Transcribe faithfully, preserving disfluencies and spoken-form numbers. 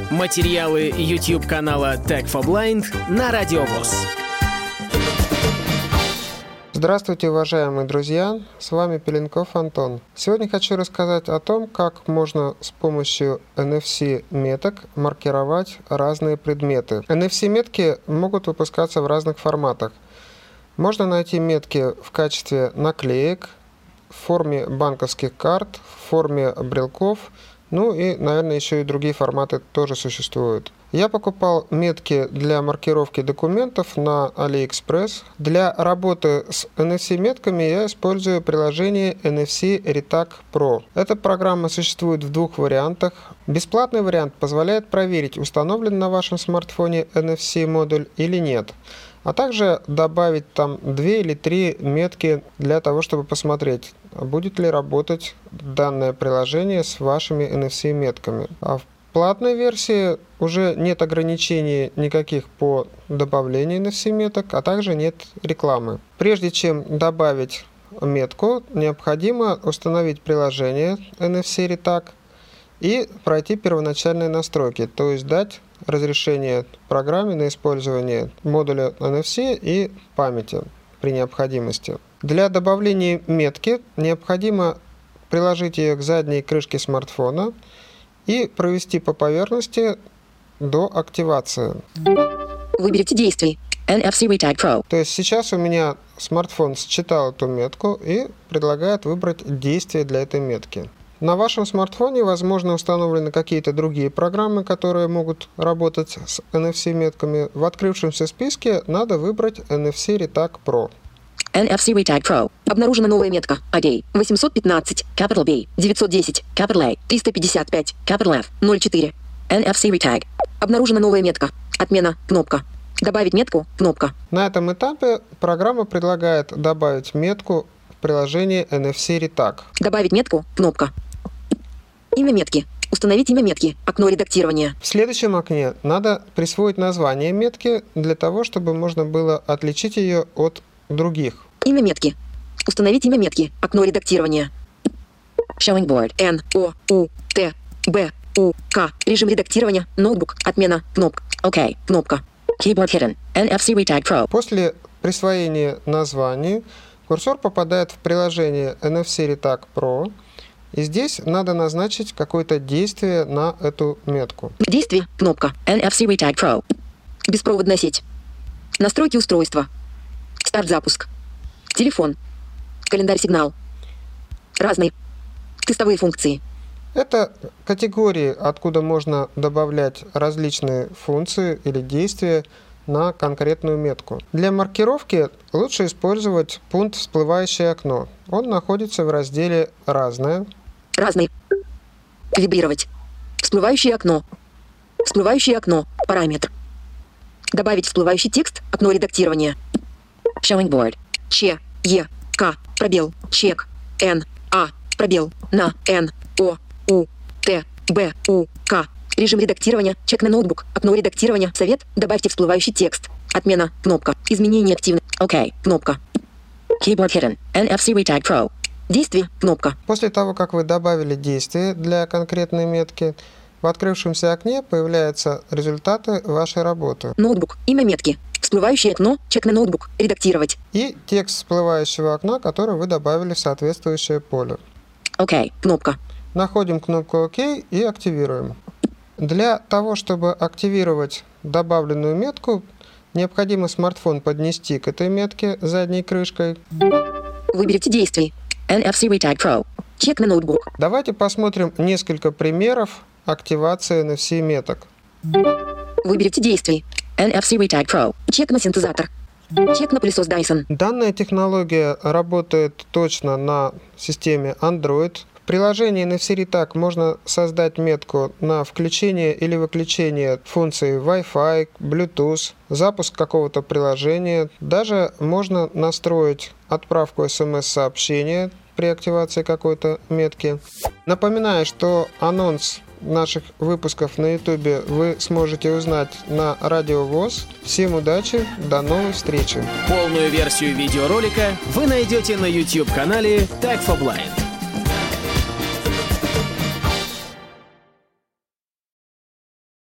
Материалы YouTube-канала Tech for Blind на Радио ВОС. Здравствуйте, уважаемые друзья! С вами Пеленков Антон. Сегодня хочу рассказать о том, как можно с помощью эн эф си-меток маркировать разные предметы. эн эф си-метки могут выпускаться в разных форматах. Можно найти метки в качестве наклеек, в форме банковских карт, в форме брелков, ну и, наверное, еще и другие форматы тоже существуют. Я покупал метки для маркировки документов на AliExpress. Для работы с эн эф си-метками я использую приложение эн эф си Retac Pro. Эта программа существует в двух вариантах. Бесплатный вариант позволяет проверить, установлен на вашем смартфоне эн эф си-модуль или нет, а также добавить там две или три метки для того, чтобы посмотреть, будет ли работать данное приложение с вашими эн эф си-метками. А в платной версии уже нет ограничений никаких по добавлению эн эф си-меток, а также нет рекламы. Прежде чем добавить метку, необходимо установить приложение эн эф си Retac и пройти первоначальные настройки, то есть дать разрешение программе на использование модуля эн эф си и памяти при необходимости. Для добавления метки необходимо приложить ее к задней крышке смартфона и провести по поверхности до активации. Выберите действий. эн эф си Retac Pro. То есть сейчас у меня смартфон считал эту метку и предлагает выбрать действие для этой метки. На вашем смартфоне, возможно, установлены какие-то другие программы, которые могут работать с эн эф си-метками. В открывшемся списке надо выбрать эн эф си Retac Pro. эн эф си Retac Pro. Обнаружена новая метка. эй ди восемьсот пятнадцать, capital B, девятьсот десять, capital A, триста пятьдесят пять, capital F, ноль четыре. эн эф си Retac. Обнаружена новая метка. Отмена. Кнопка. Добавить метку. Кнопка. На этом этапе программа предлагает добавить метку в приложение эн эф си Retac. Добавить метку. Кнопка. Имя метки. Установить имя метки. Окно редактирования. В следующем окне надо присвоить название метки для того, чтобы можно было отличить ее от других. Имя метки. Установить имя метки. Окно редактирования. Showing board. Н, О, У, Т, Б, У, К. Режим редактирования. Ноутбук. Отмена. Кнопка. Окей. Кнопка. Keyboard hidden. эн эф си Retac Pro. После присвоения названия курсор попадает в приложение эн эф си Retac Pro. И здесь надо назначить какое-то действие на эту метку. Действие. Кнопка. эн эф си Retac Pro. Беспроводная сеть. Настройки устройства. Старт-запуск. Телефон. Календарь-сигнал. Разные. Тестовые функции. Это категории, откуда можно добавлять различные функции или действия на конкретную метку. Для маркировки лучше использовать пункт «Всплывающее окно». Он находится в разделе «Разное». Разные. Вибрировать. Всплывающее окно. Всплывающее окно. Параметр. Добавить всплывающий текст. Окно редактирования. Showing board. Ч, Е, К, пробел, чек, Н, А, пробел, на, Н, О, У, Т, Б, У, К. Режим редактирования. Чек на ноутбук. Окно редактирования. Совет. Добавьте всплывающий текст. Отмена. Кнопка. Изменение активно. Окей. Кнопка. Keyboard hidden. эн эф си Retac Pro. Действие. Кнопка. После того, как вы добавили действие для конкретной метки, в открывшемся окне появляются результаты вашей работы. Ноутбук. Имя метки. Всплывающее окно. Чек на ноутбук. Редактировать. И текст всплывающего окна, который вы добавили в соответствующее поле. Окей. Кнопка. Находим кнопку ОК и активируем. Для того, чтобы активировать добавленную метку, необходимо смартфон поднести к этой метке задней крышкой. Выберите действий. эн эф си Retac Pro. Чек на ноутбук. Давайте посмотрим несколько примеров активации эн эф си-меток. Выберите действий. эн эф си Retac Pro. Чек на синтезатор. Чек на пылесос Dyson. Данная технология работает точно на системе Android. В приложении эн эф си Retac можно создать метку на включение или выключение функций Wi-Fi, Bluetooth, запуск какого-то приложения. Даже можно настроить отправку эс эм эс-сообщения при активации какой-то метки. Напоминаю, что анонс наших выпусков на YouTube вы сможете узнать на Радио ВОС. Всем удачи, до новой встречи. Полную версию видеоролика вы найдете на YouTube-канале Tech for Blind.